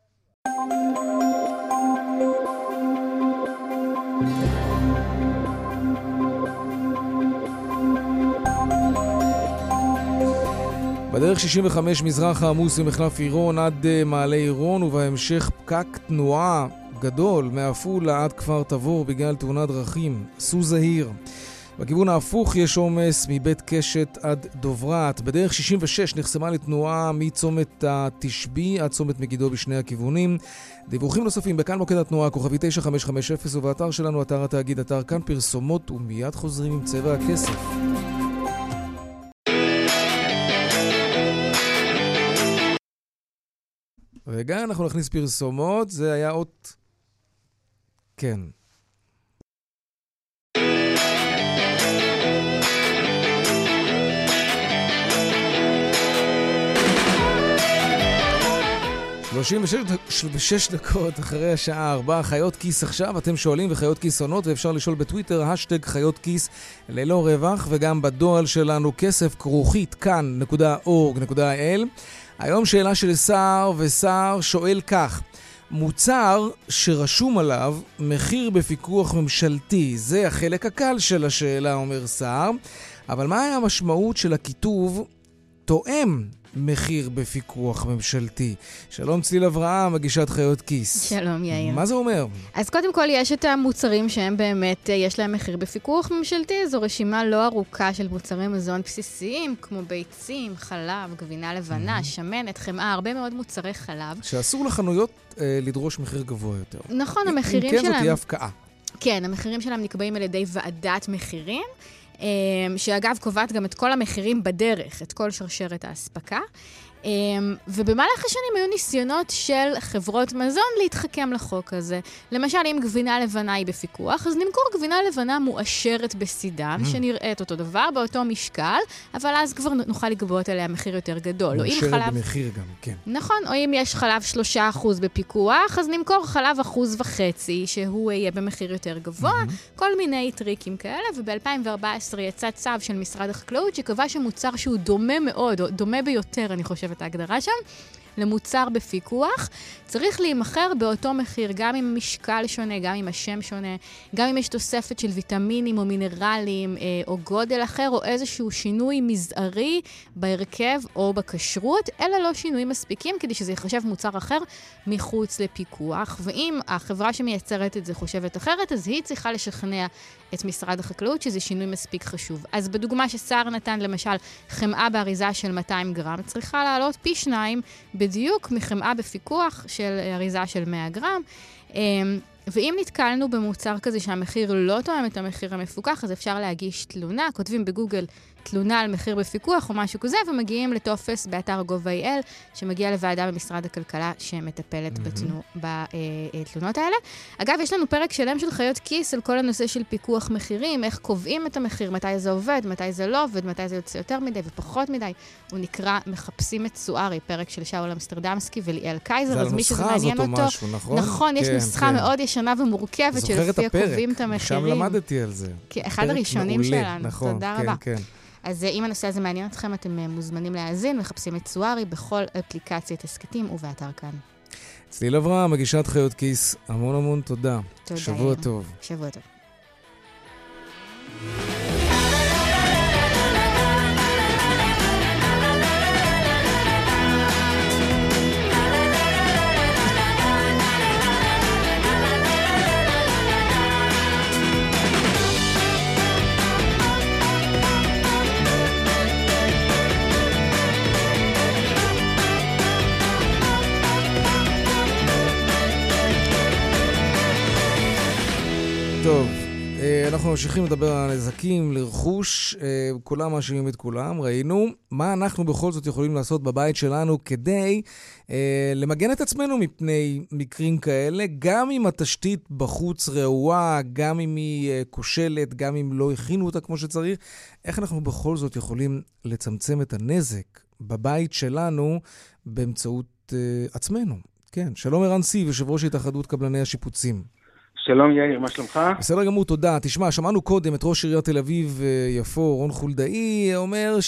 בדרך שישים וחמש מזרח העמוס ממחלף עירון עד מעלה עירון, ובהמשך פקק תנועה גדול מעפולה עד כפר תבור בגלל תאונת דרכים. סעו זהיר. בכיוון ההפוך יש עומס מבית קשת עד דוברת. בדרך שישים ושש נחסמה לתנועה מצומת התשבי עד צומת מגידו בשני הכיוונים. דיווחים נוספים בכאן מוקד התנועה, כוכבי תשע חמש חמש אפס, ובאתר שלנו, אתר התאגיד, אתר כאן פרסומות, ומיד חוזרים עם צבע הכסף. רגע, אנחנו נכניס פרסומות, זה היה עוד... כן. שלושים ושש דקות אחרי השעה ארבע, חיות כיס עכשיו, אתם שואלים וחיות כיס עונות, ואפשר לשאול בטוויטר, השטג חיות כיס ללא רווח, וגם בדואל שלנו כסף כרוכית כאן נקודה אורג נקודה איי אל. היום שאלה של שר, ושר שואל כך, מוצר שרשום עליו מחיר בפיקוח ממשלתי, זה החלק הקל של השאלה, אומר שר, אבל מה היה המשמעות של הכיתוב תואם מחיר בפיקוח ממשלתי? שלום צליל אברהם, מגישת חיות כיס. שלום יאיר. מה זה אומר? אז קודם כל יש את המוצרים שהם באמת, יש להם מחיר בפיקוח ממשלתי, זו רשימה לא ארוכה של מוצרי מזון בסיסיים, כמו ביצים, חלב, גבינה לבנה, שמנת, חמאה, הרבה מאוד מוצרי חלב. שאסור לחנויות אה, לדרוש מחיר גבוה יותר. נכון, המחירים שלהם... אם כן, זאת תהיה הפקעה. כן, המחירים שלהם נקבעים על ידי ועדת מחירים, שאגב קובעת גם את כל המחירים בדרך, את כל שרשרת ההספקה. ובמהלך השנים היו ניסיונות של חברות מזון להתחכם לחוק הזה. למשל, אם גבינה לבנה היא בפיקוח, אז נמכור גבינה לבנה מואשרת בסידן, שנראית אותו דבר, באותו משקל, אבל אז כבר נוכל לגבות עליה מחיר יותר גדול. מואשרת במחיר גם, כן. נכון, או אם יש חלב שלושה אחוז בפיקוח, אז נמכור חלב אחוז וחצי, שהוא יהיה במחיר יותר גבוה, כל מיני טריקים כאלה, וב-אלפיים וארבע עשרה יצא צו של משרד החקלאות, שקבע שמוצר שהוא דומה מאוד, או דומה ביותר, אני חושבת, את ההגדרה שם, למוצר בפיקוח, צריך להימחר באותו מחיר, גם עם משקל שונה, גם עם השם שונה, גם אם יש תוספת של ויטמינים או מינרלים, או גודל אחר, או איזשהו שינוי מזערי בהרכב או בכשרות, אלא לא שינויים מספיקים, כדי שזה יחשב מוצר אחר מחוץ לפיקוח. ואם החברה שמייצרת את זה חושבת אחרת, אז היא צריכה לשכנע את משרד החקלאות שזה שינוי מספיק חשוב. אז בדוגמה ששר נתן, למשל, חמאה באריזה של מאתיים גרם, צריכה לעלות פי שניים בדיוק מחמאה בפיקוח של אריזה של מאה גרם. ואם נתקלנו במוצר כזה שהמחיר לא תואם את המחיר המפוקח, אז אפשר להגיש תלונה, כותבים בגוגל תלונה על מחיר בפיקוח או משהו כזה, ומגיעים לטופס באתר גוב.איי.אל, שמגיע לוועדה במשרד הכלכלה שמטפלת mm-hmm. בתלונות האלה. אגב, יש לנו פרק שלם של חיות כיס על כל הנושא של פיקוח מחירים, איך קובעים את המחיר, מתי זה עובד, מתי זה לא עובד, מתי זה יוצא יותר מדי ופחות מדי. הוא נקרא מחפשים את סוארי, פרק של שאול אמסטרדמסקי וליאל קייזר, אז מי שזה מעניין אותו. משהו, נכון? נכון, יש כן, נוסחה כן. מאוד ישנה ומורכבת שלפיה קובעים את המחירים. שם למדתי על זה. אחד הראשונים שלנו. נכון, תודה כן, רבה. כן. אז אם הנושא הזה מעניין אתכם, אתם מוזמנים להאזין, מחפשים את סוארי בכל אפליקציית הסקטים ובאתר כאן. צליל אברהם, מגישת חיות כיס, המון המון תודה. תודה. שבוע טוב. שבוע טוב. אנחנו ממשיכים לדבר על נזקים לרכוש, כולם מאשימים את כולם, ראינו. מה אנחנו בכל זאת יכולים לעשות בבית שלנו כדי אה, למגן את עצמנו מפני מקרים כאלה, גם אם התשתית בחוץ רעועה, גם אם היא אה, כושלת, גם אם לא הכינו אותה כמו שצריך, איך אנחנו בכל זאת יכולים לצמצם את הנזק בבית שלנו באמצעות אה, עצמנו? כן, שלום ערן סיב, יושב ראש התאחדות קבלני השיפוצים. שלום יאיר, מה שלומך? בסדר גמור, תודה. תשמע, שמענו קודם את ראש עיריית תל אביב יפו, רון חולדאי, אומר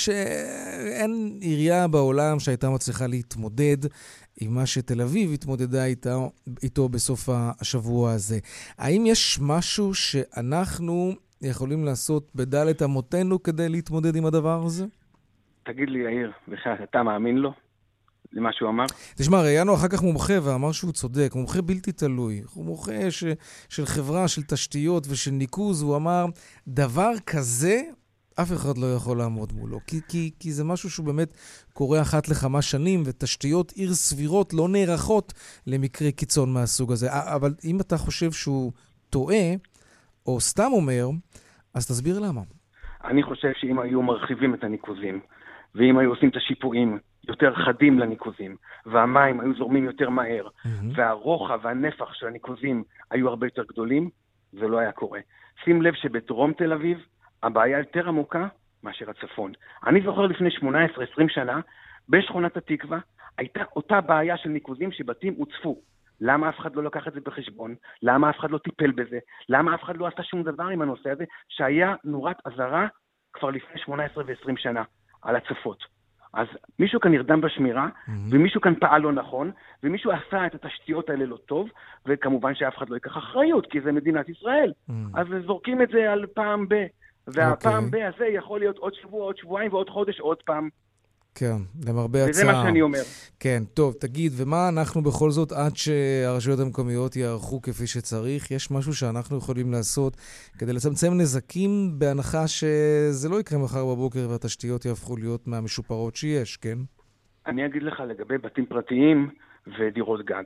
שאין עירייה בעולם שהייתה מצליחה להתמודד עם מה שתל אביב התמודדה איתו, איתו בסוף השבוע הזה. האם יש משהו שאנחנו יכולים לעשות בדלת אמותינו כדי להתמודד עם הדבר הזה? תגיד לי יאיר, בכלל, אתה מאמין לו? למה שהוא אמר? תשמע, ראיינו אחר כך מומחה ואמר שהוא צודק, מומחה בלתי תלוי. הוא מומחה ש, של חברה, של תשתיות ושל ניקוז, הוא אמר, דבר כזה, אף אחד לא יכול לעמוד מולו. כי, כי, כי זה משהו שהוא באמת קורה אחת לכמה שנים, ותשתיות עיר סבירות לא נערכות למקרה קיצון מהסוג הזה. אבל אם אתה חושב שהוא טועה, או סתם אומר, אז תסביר למה. אני חושב שאם היו מרחיבים את הניקוזים, ואם היו עושים את השיפועים, יותר חדים לניקוזים, והמים היו זורמים יותר מהר, mm-hmm. והרוחב והנפח של הניקוזים היו הרבה יותר גדולים, זה לא היה קורה. שים לב שבדרום תל אביב, הבעיה יותר עמוקה מאשר הצפון. אני זוכר לפני שמונה עשרה עשרים שנה, בשכונת התקווה, הייתה אותה בעיה של ניקוזים שבתים הוצפו. למה אף אחד לא לקח את זה בחשבון? למה אף אחד לא טיפל בזה? למה אף אחד לא עשה שום דבר עם הנושא הזה, שהיה נורת אזהרה כבר לפני שמונה עשרה ועשרים שנה על הצפות. אז מישהו כאן נרדם בשמירה, mm-hmm. ומישהו כאן פעל לא נכון, ומישהו עשה את התשתיות האלה לא טוב, וכמובן שאף אחד לא ייקח אחריות, כי זה מדינת ישראל. Mm-hmm. אז זורקים את זה על פעם ב, והפעם okay. ב הזה יכול להיות עוד שבוע, עוד שבועיים, ועוד חודש, עוד פעם. כן, למרבה הצעה. וזה מה שאני אומר. כן, טוב, תגיד, ומה אנחנו בכל זאת, עד שהרשויות המקומיות יערכו כפי שצריך, יש משהו שאנחנו יכולים לעשות כדי לצמצם נזקים, בהנחה שזה לא יקרה מחר בבוקר והתשתיות יהפכו להיות מהמשופרות שיש, כן? אני אגיד לך לגבי בתים פרטיים ודירות גג.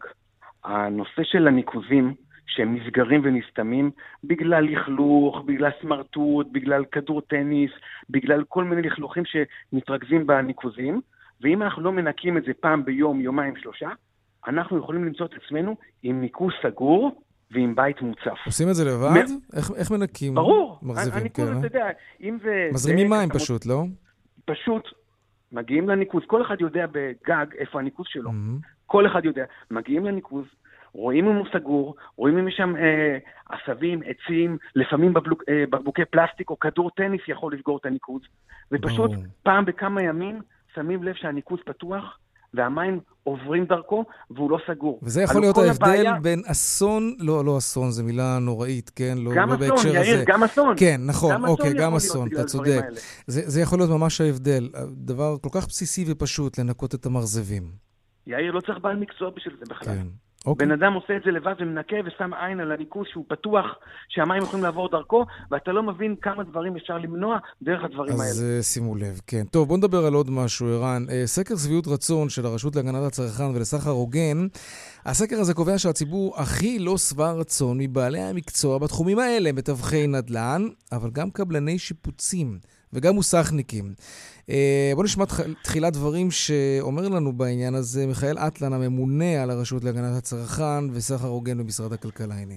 הנושא של הניקוזים, שהם נסגרים ונסתמים בגלל לכלוך, בגלל סמרטוט, בגלל כדור טניס, בגלל כל מיני לכלוכים שמתרכזים בניקוזים, ואם אנחנו לא מנקים את זה פעם ביום, יומיים, שלושה, אנחנו יכולים למצוא את עצמנו עם ניקוז סגור ועם בית מוצף. עושים את זה לבד? מ... איך, איך מנקים? ברור. מרזיבים, הניקוז, כן, אתה יודע, אם זה... מזרימים זה, מים פשוט, מ... לא? פשוט מגיעים לניקוז. כל אחד יודע בגג איפה הניקוז שלו. Mm-hmm. כל אחד יודע. מגיעים לניקוז, רואים אם הוא סגור, רואים אם יש שם אה, עשבים, עצים, לפעמים בבלוק, אה, בקבוקי פלסטיק או כדור טניס יכול לסגור את הניקוז. ופשוט ברור. פעם בכמה ימים שמים לב שהניקוז פתוח, והמים עוברים דרכו, והוא לא סגור. וזה יכול להיות ההבדל הבעיה... בין אסון, לא, לא אסון, זו מילה נוראית, כן? לא, גם לא אסון, בהקשר יאיר, הזה. גם אסון. כן, נכון, גם אוקיי, אסון גם אסון, אתה צודק. זה, זה יכול להיות ממש ההבדל. דבר כל כך בסיסי ופשוט, לנקות את המרזבים. יאיר, לא צריך בעל מקצוע בשביל זה בכלל. כן. אוקיי. בן אדם עושה את זה לבד ומנקה ושם עין על הניקוז שהוא פתוח, שהמים יכולים לעבור דרכו, ואתה לא מבין כמה דברים אפשר למנוע דרך הדברים אז האלה. אז שימו לב, כן. טוב, בוא נדבר על עוד משהו, ערן. סקר שביעות רצון של הרשות להגנת הצרכן ולסחר הוגן, הסקר הזה קובע שהציבור הכי לא שבע רצון מבעלי המקצוע בתחומים האלה, מתווכי נדל"ן, אבל גם קבלני שיפוצים וגם מוסכניקים. בואו נשמע תחילת דברים שאומר לנו בעניין הזה מיכאל אטלן, הממונה על הרשות להגנת הצרכן וסחר הוגן במשרד הכלכלה. הנה.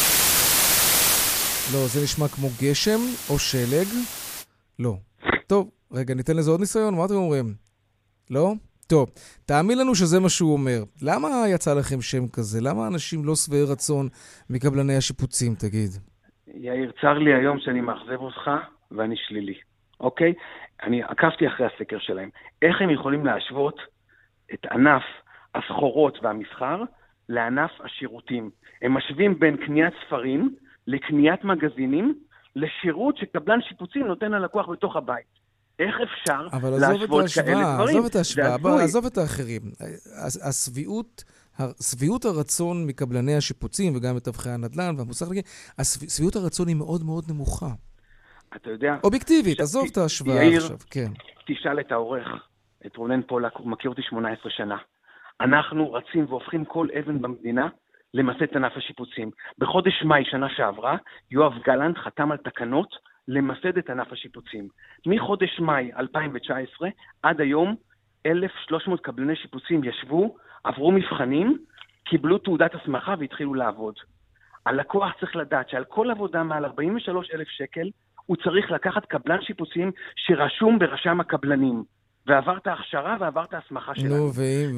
לא, זה נשמע כמו גשם או שלג. לא. טוב, רגע, ניתן לזה עוד ניסיון. מה אתם אומרים? לא? טוב, תאמין לנו שזה מה שהוא אומר. למה יצא לכם שם כזה? למה אנשים לא שבעי רצון מקבלני השיפוצים, תגיד? יאיר, צר לי היום שאני מאכזב אותך ואני שלילי. אוקיי? אני עקבתי אחרי הסקר שלהם. איך הם יכולים להשוות את ענף הסחורות והמסחר לענף השירותים? הם משווים בין קניית ספרים לקניית מגזינים לשירות שקבלן שיפוצים נותן ללקוח בתוך הבית. איך אפשר להשוות כאלה דברים? עזוב את ההשוואה, בוא, עזוב את האחרים. הסביעות, סביעות הרצון מקבלני השיפוצים וגם מתווכי הנדל"ן והמוסכניקים, הסביעות הרצון היא מאוד מאוד נמוכה. אתה יודע... אובייקטיבית, עזוב את ההשוואה עכשיו, כן. תשאל את העורך, את רונן פולק, הוא מכיר אותי שמונה עשרה שנה. אנחנו רצים והופכים כל אבן במדינה למסד את ענף השיפוצים. בחודש מאי שנה שעברה, יואב גלנט חתם על תקנות למסד את ענף השיפוצים. מחודש מאי אלפיים תשע עשרה עד היום, אלף ושלוש מאות קבלני שיפוצים ישבו, עברו מבחנים, קיבלו תעודת הסמכה והתחילו לעבוד. הלקוח צריך לדעת שעל כל עבודה מעל ארבעים ושלושה אלף שקל, הוא צריך לקחת קבלן שיפוצים שרשום ברשם הקבלנים. ועברת הכשרה ועברת הסמכה שלנו. נו,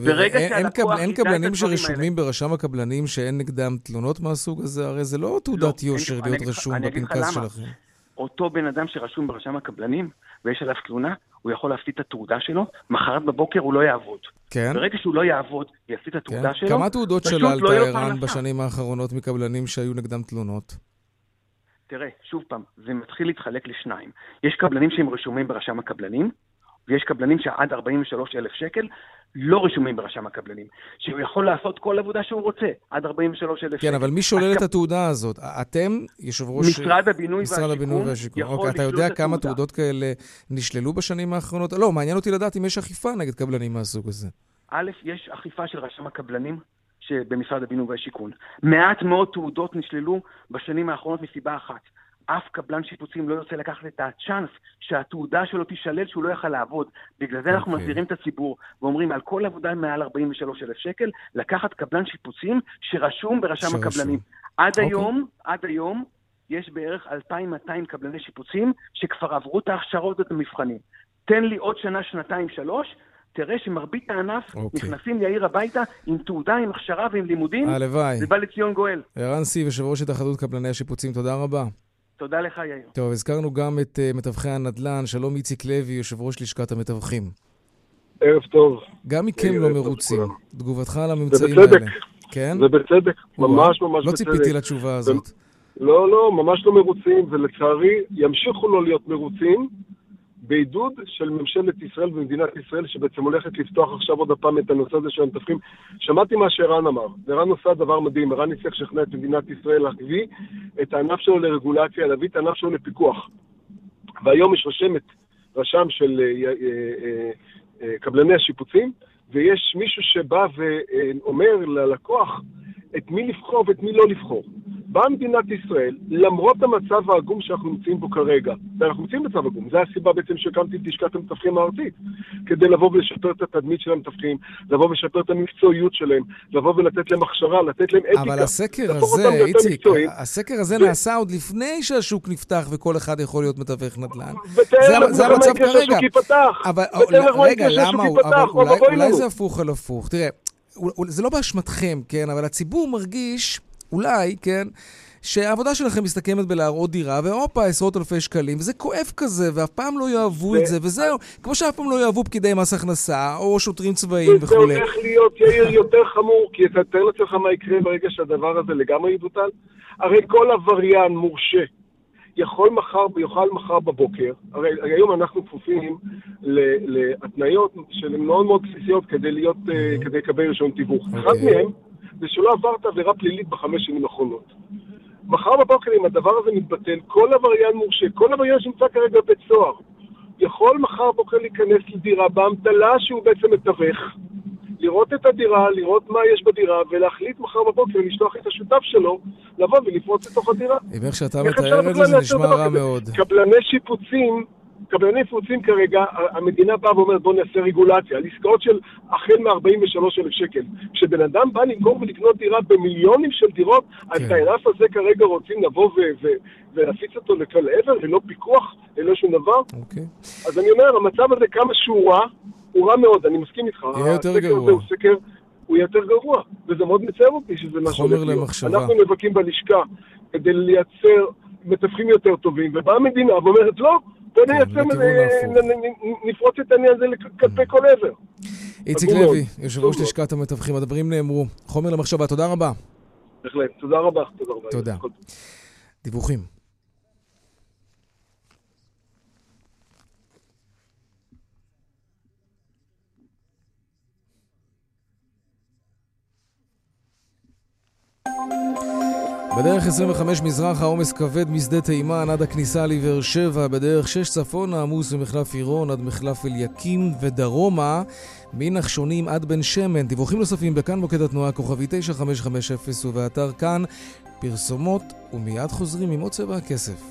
ואין קבלנים שרשומים ברשם הקבלנים שאין נגדם תלונות מהסוג הזה? הרי זה לא תעודת יושר להיות רשום בפנקס שלכם. אותו בן אדם שרשום ברשם הקבלנים, ויש עליו תלונה, הוא יכול להפסיד את התעודה שלו, מחרת בבוקר הוא לא יעבוד. כן. ברגע שהוא לא יעבוד, יפסיד את התעודה שלו, כמה תעודות שללת ערן בשנים האחרונות מקבלנים שהיו נגדם תלונות? תראה, שוב פעם, זה מתחיל להתחלק לשניים. יש קבלנים שהם רשומים ברשם הקבלנים, ויש קבלנים שעד ארבעים ושלושה אלף שקל לא רשומים ברשם הקבלנים, שהוא יכול לעשות כל עבודה שהוא רוצה, עד ארבעים ושלושה אלף שקל. כן, אבל מי שולל את התעודה הזאת? אתם, יושב ראש... משרד הבינוי והשיכון. אוקיי, אתה יודע כמה תעודות כאלה נשללו בשנים האחרונות? לא, מעניין אותי לדעת אם יש אכיפה נגד קבלנים מהסוג הזה. א', יש אכיפה של רשם הקבלנים שבמשרד הבינוי והשיכון. מעט מאוד תעודות נשללו בשנים האחרונות מסיבה אחת. אף קבלן שיפוצים לא יוצא לקחת את הצ'אנס שהתעודה שלו תישלל שהוא לא יוכל לעבוד. בגלל זה okay. אנחנו מסבירים את הציבור ואומרים על כל עבודה מעל ארבעים ושלושה אלף שקל לקחת קבלן שיפוצים שרשום ברשם שרשום. הקבלנים. עד okay. היום, עד היום יש בערך אלפיים ומאתיים קבלני שיפוצים שכבר עברו את ההכשרות ואת המבחנים. תן לי עוד שנה, שנתיים, שלוש, תראה שמרבית הענף okay. נכנסים לעיר הביתה עם תעודה, עם הכשרה ועם לימודים. הלוואי. זה בא לציון גואל. ערן סיב, יושב ראש התאחדות קבלני השיפוצים, תודה רבה. תודה לך, יאיר. טוב, הזכרנו גם את uh, מתווכי הנדל"ן. שלום איציק לוי, יושב ראש לשכת המתווכים. ערב טוב. גם מכם לא מרוצים. תגובתך על הממצאים האלה. זה בצדק. כן? זה בצדק. ממש ממש לא בצדק. לא ציפיתי לתשובה הזאת. לא, לא, ממש לא מרוצים, ולצערי ימשיכו לא להיות מרוצים בעידוד של ממשלת ישראל ומדינת ישראל, שבעצם הולכת לפתוח עכשיו עוד הפעם את הנושא הזה של המתווכים. שמעתי מה שערן אמר. ערן עושה דבר מדהים. ערן הצליח לשכנע את מדינת ישראל להביא את הענף שלו לרגולציה, להביא את הענף שלו לפיקוח. והיום יש רשמת, רשם של אה, אה, אה, אה, קבלני השיפוצים, ויש מישהו שבא ואומר ללקוח את מי לבחור ואת מי לא לבחור. באה מדינת ישראל, למרות המצב העגום שאנחנו נמצאים בו כרגע, ואנחנו נמצאים במצב עגום, זו הסיבה בעצם שהקמתי את לשכת המתווכים הארצית, כדי לבוא ולשפר את התדמית של המתווכים, לבוא ולשפר את המקצועיות שלהם, לבוא ולתת להם הכשרה, לתת להם אתיקה. אבל הסקר הזה, איציק, הסקר הזה נעשה עוד לפני שהשוק נפתח וכל אחד יכול להיות מתווך נדל"ן. זה המצב כרגע. אבל רגע, למה? אולי זה הפוך על הפוך. תראה, זה לא באשמתכם, כן? אבל הציבור מרגיש, אולי, כן, שהעבודה שלכם מסתכמת בלהראות דירה, ואופה, עשרות אלפי שקלים, וזה כואב כזה, ואף פעם לא יאהבו את זה, וזהו, כמו שאף פעם לא יאהבו פקידי מס הכנסה, או שוטרים צבאיים וכו'. וזה הולך להיות, יאיר, יותר חמור, כי אתה תאר לעצמך מה יקרה ברגע שהדבר הזה לגמרי יבוטל. הרי כל עבריין מורשה יכול מחר, יוכל מחר בבוקר, הרי היום אנחנו כפופים להתניות שהן מאוד מאוד בסיסיות כדי להיות, כדי לקבל רישיון תיווך. אחד מהם, זה שלא עברת עבירה פלילית בחמש שנים האחרונות. מחר בבוקר, אם הדבר הזה מתבטל, כל עבריין מורשה, כל עבריין שנמצא כרגע בבית סוהר, יכול מחר בבוקר להיכנס לדירה באמתלה שהוא בעצם מתווך, לראות את הדירה, לראות מה יש בדירה, ולהחליט מחר בבוקר לשלוח את השותף שלו, לבוא ולפרוץ לתוך הדירה. אם איך שאתה מתאר את זה, זה נשמע רע מאוד. קבלני שיפוצים, קבלני שיפוצים כרגע, המדינה באה ואומרת בוא נעשה רגולציה, על עסקאות של החל מ-ארבעים ושלושה אלף שקל. כשבן אדם בא למכור ולקנות דירה במיליונים של דירות, אז את הענף הזה כרגע רוצים לבוא ולהפיץ אותו לכל עבר, ללא פיקוח, ללא שום דבר. אז אני אומר, המצב הזה כמה שהוא רע, הוא רע מאוד, אני מסכים איתך. יהיה יותר גרוע. הוא סקר, הוא יהיה יותר גרוע, וזה מאוד מצער אותי שזה משהו. חומר למחשבה. אנחנו מבקים בלשכה כדי לייצר מתווכים יותר טובים, ובאה המדינה ואומרת לא, בוא נייצר, נפרוץ את העניין הזה כלפי כל עבר. איציק לוי, יושב ראש לשכת המתווכים, הדברים נאמרו. חומר למחשבה, תודה רבה. בהחלט, תודה רבה. תודה. דיווחים. בדרך עשרים וחמש מזרח העומס כבד משדה תימן עד הכניסה לבאר שבע, בדרך שש צפון העמוס ממחלף עירון עד מחלף אליקים ודרומה מנחשונים עד בן שמן. דיווחים נוספים בכאן מוקד התנועה כוכבי תשע חמש חמש אפס ובאתר כאן. פרסומות ומיד חוזרים עם עוד צבע הכסף.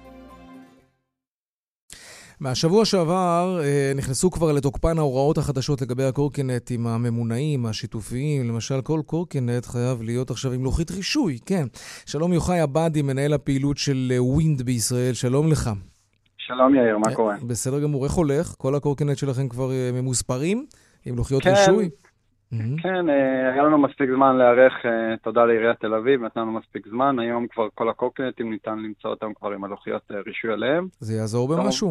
מהשבוע שעבר נכנסו כבר לתוקפן ההוראות החדשות לגבי הקורקינטים הממונעים, השיתופיים. למשל, כל קורקינט חייב להיות עכשיו עם לוחית רישוי, כן. שלום יוחאי עבאדי, מנהל הפעילות של ווינד בישראל, שלום לך. שלום יאיר, מה קורה? בסדר גמור, איך הולך? כל הקורקינט שלכם כבר ממוספרים עם לוחיות רישוי? כן, היה לנו מספיק זמן להיערך, תודה לעיריית תל אביב, נתנו מספיק זמן, היום כבר כל הקורקינטים ניתן למצוא אותם כבר עם הלוחיות רישוי עליהם. זה יעזור במשהו?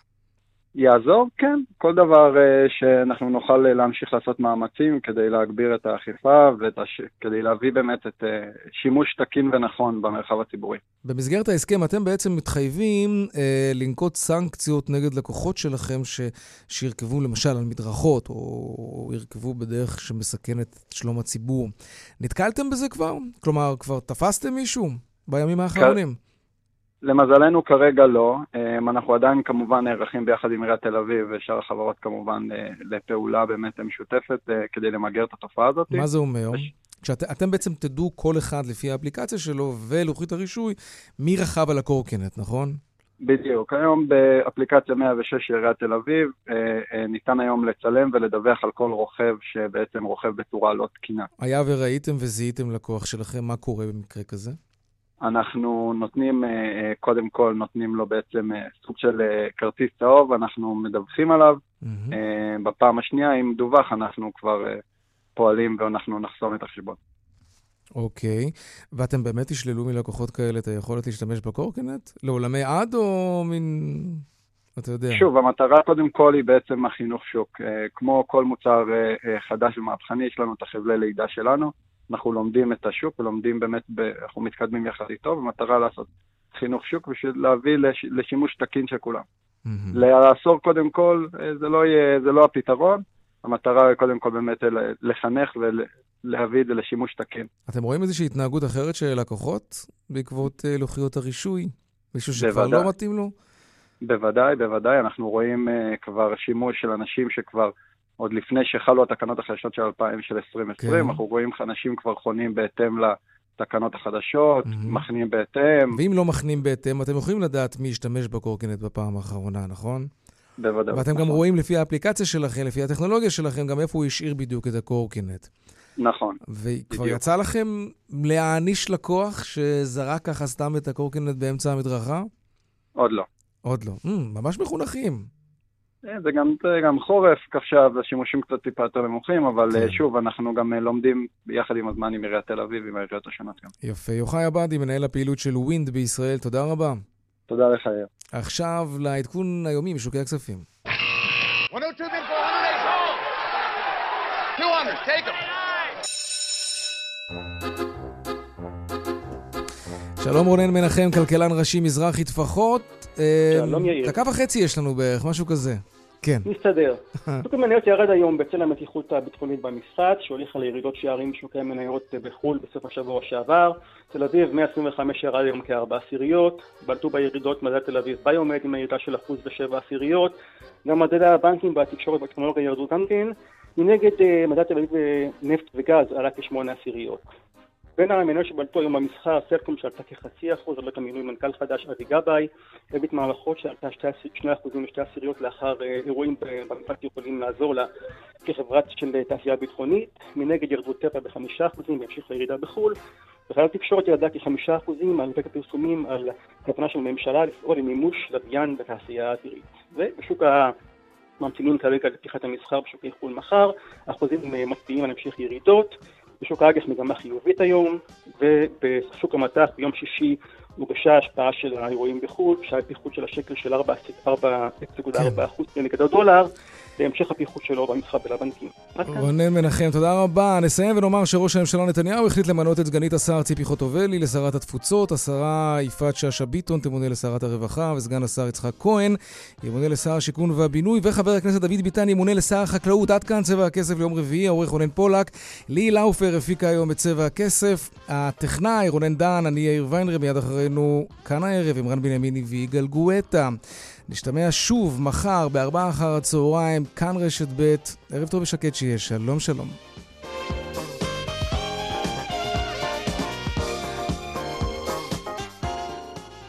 יעזור, כן. כל דבר uh, שאנחנו נוכל להמשיך לעשות מאמצים כדי להגביר את האכיפה וכדי להביא באמת את uh, שימוש תקין ונכון במרחב הציבורי. במסגרת ההסכם אתם בעצם מתחייבים uh, לנקוט סנקציות נגד לקוחות שלכם ש... שירכבו למשל על מדרכות או ירכבו בדרך שמסכנת את שלום הציבור. נתקלתם בזה כבר? כלומר, כבר תפסתם מישהו בימים האחרונים? כ... למזלנו כרגע לא, אנחנו עדיין כמובן נערכים ביחד עם עיריית תל אביב ושאר החברות כמובן לפעולה באמת משותפת כדי למגר את התופעה הזאת. מה זה אומר? כשאתם בעצם תדעו כל אחד לפי האפליקציה שלו ולוחית הרישוי, מי רכב על הקורקינט, נכון? בדיוק, היום באפליקציה מאה ושש של עיריית תל אביב ניתן היום לצלם ולדווח על כל רוכב שבעצם רוכב בצורה לא תקינה. היה וראיתם וזיהיתם לקוח שלכם, מה קורה במקרה כזה? אנחנו נותנים, קודם כל נותנים לו בעצם סוג של כרטיס צהוב, אנחנו מדווחים עליו. Mm-hmm. בפעם השנייה, אם דווח, אנחנו כבר פועלים ואנחנו נחסום את החשבון. אוקיי, ואתם באמת תשללו מלקוחות כאלה את היכולת להשתמש בקורקינט? לעולמי עד או מין, אתה יודע? שוב, המטרה קודם כל היא בעצם החינוך שוק. כמו כל מוצר חדש ומהפכני, יש לנו את החבלי לידה שלנו. אנחנו לומדים את השוק ולומדים באמת, ב... אנחנו מתקדמים יחד איתו, במטרה לעשות חינוך שוק בשביל להביא לש... לשימוש תקין של כולם. Mm-hmm. לאסור קודם כל, זה לא יהיה, זה לא הפתרון, המטרה קודם כל באמת לחנך ולהביא את זה לשימוש תקין. אתם רואים איזושהי התנהגות אחרת של לקוחות בעקבות לוחיות הרישוי? מישהו שכבר לא מתאים לו? בוודאי, בוודאי, אנחנו רואים uh, כבר שימוש של אנשים שכבר עוד לפני שחלו התקנות החדשות של אלפיים של עשרים עשרים, כן. אנחנו רואים אנשים כבר חונים בהתאם לתקנות החדשות, mm-hmm. מכנים בהתאם. ואם לא מכנים בהתאם, אתם יכולים לדעת מי ישתמש בקורקינט בפעם האחרונה, נכון? בוודאי. ואתם נכון. גם רואים לפי האפליקציה שלכם, לפי הטכנולוגיה שלכם, גם איפה הוא השאיר בדיוק את הקורקינט. נכון. וכבר בדיוק. יצא לכם להעניש לקוח שזרק ככה סתם את הקורקינט באמצע המדרכה? עוד לא. עוד לא. Mm, ממש מחונכים. זה גם, זה גם חורף, עכשיו השימושים קצת טיפה יותר נמוכים, אבל כן. שוב, אנחנו גם לומדים ביחד עם הזמן עם עיריית תל אביב, עם העיריות השונות גם. יפה. יוחאי עבאדי, מנהל הפעילות של ווינד בישראל, תודה רבה. תודה לך, יאיר. עכשיו לעדכון היומי משוקי הכספים. שלום רונן מנחם, כלכלן ראשי מזרחי טפחות. שלום יאיר. דקה וחצי יש לנו בערך, משהו כזה. כן. מסתדר. שוק המניות ירד היום בצל המתיחות הביטחונית במשרד, שהוליכה לירידות שערים בשוקי המניות בחו"ל בסוף השבוע שעבר. תל אביב מאה עשרים וחמש ירד היום כארבע עשיריות, בלטו בירידות מדד תל אביב ביומט עם הירידה של אחוז ושבע עשיריות. גם מדד הבנקים והתקשורת והטכנולוגיה ירדו גם כן. מנגד מדד תל אביב נפט וגז עלה כשמונה עשיריות. בין המניות שבלטו היום במסחר, סלקום שעלתה כחצי אחוז, עלתה מינוי מנכ"ל חדש אבי גבאי, הבית מערכות שעלתה שני אחוזים ושתי עשיריות לאחר אירועים במפעל יכולים לעזור לה כחברת של תעשייה ביטחונית. מנגד ירדו טבע בחמישה אחוזים והמשיך לירידה בחו"ל. בכלל התקשורת ירדה כחמישה אחוזים על רקע פרסומים על כוונה של ממשלה לפעול למימוש לוויין בתעשייה האווירית. ובשוק הממתינים כרגע לפתיחת המסחר בשוקי חו"ל מחר, האחוזים מצביעים על המשך ירידות. בשוק האג"ח מגמה חיובית היום, ובשוק המטח ביום שישי הוגשה השפעה של האירועים בחו"ל, שהיה פיחות של השקל של ארבע נקודה ארבע אחוז נגד הדולר, להמשך הפיחות שלו במסחר ולבנקים. רונן מנחם, תודה רבה. נסיים ונאמר שראש הממשלה נתניהו החליט למנות את סגנית השר ציפי חוטובלי לשרת התפוצות, השרה יפעת שאשא ביטון תמונה לשרת הרווחה, וסגן השר יצחק כהן ימונה לשר השיכון והבינוי, וחבר הכנסת דוד ביטן ימונה לשר החקלאות. עד כאן צבע הכסף ליום רביעי. העורך רונן פולק, לי לאופר הפיקה היום את צבע הכסף, הטכנאי רונן דן, אני יאיר ויינרב. מיד אחרינו כאן הערב עם רן בנימיני ויגאל גואטה. נשתמע שוב מחר בארבעה אחר הצהריים, כאן רשת ב'. ערב טוב ושקט שיהיה. שלום שלום.